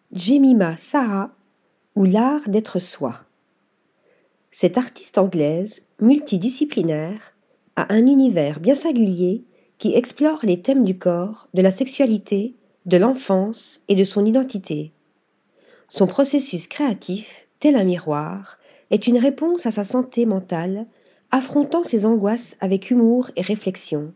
Jemima Sarah ou l'art d'être soi. Cette artiste anglaise, multidisciplinaire, a un univers bien singulier qui explore les thèmes du corps, de la sexualité, de l'enfance et de son identité. Son processus créatif, tel un miroir, est une réponse à sa santé mentale, affrontant ses angoisses avec humour et réflexion.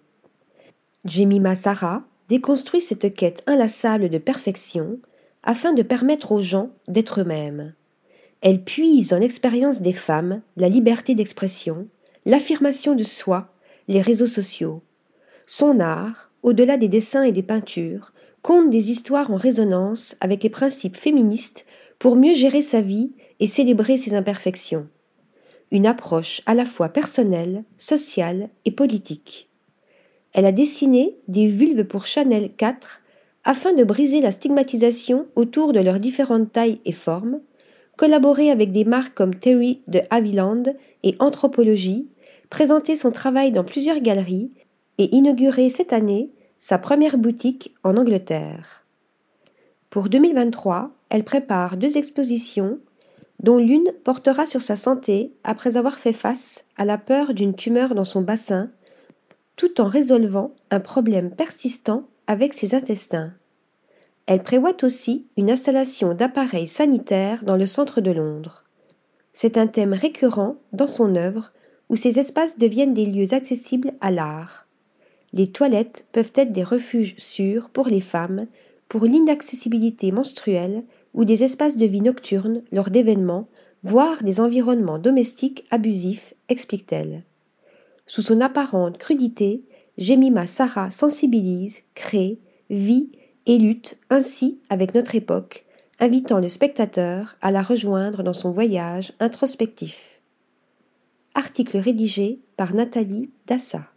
Jemima Sarah déconstruit cette quête inlassable de perfection afin de permettre aux gens d'être eux-mêmes. Elle puise dans l'expérience des femmes, la liberté d'expression, l'affirmation de soi, les réseaux sociaux. Son art, au-delà des dessins et des peintures, conte des histoires en résonance avec les principes féministes pour mieux gérer sa vie et célébrer ses imperfections. Une approche à la fois personnelle, sociale et politique. Elle a dessiné des vulves pour Chanel 4 afin de briser la stigmatisation autour de leurs différentes tailles et formes, collaboré avec des marques comme Terry de Haviland et Anthropologie, présenté son travail dans plusieurs galeries et inauguré cette année sa première boutique en Angleterre. Pour 2023, elle prépare 2 expositions, dont l'une portera sur sa santé après avoir fait face à la peur d'une tumeur dans son bassin, tout en résolvant un problème persistant avec ses intestins. Elle prévoit aussi une installation d'appareils sanitaires dans le centre de Londres. C'est un thème récurrent dans son œuvre où ces espaces deviennent des lieux accessibles à l'art. Les toilettes peuvent être des refuges sûrs pour les femmes, pour l'inaccessibilité menstruelle ou des espaces de vie nocturne lors d'événements, voire des environnements domestiques abusifs, explique-t-elle. Sous son apparente crudité, Jemima Sarah sensibilise, crée, vit et lutte ainsi avec notre époque, invitant le spectateur à la rejoindre dans son voyage introspectif. Article rédigé par Nathalie Dassa.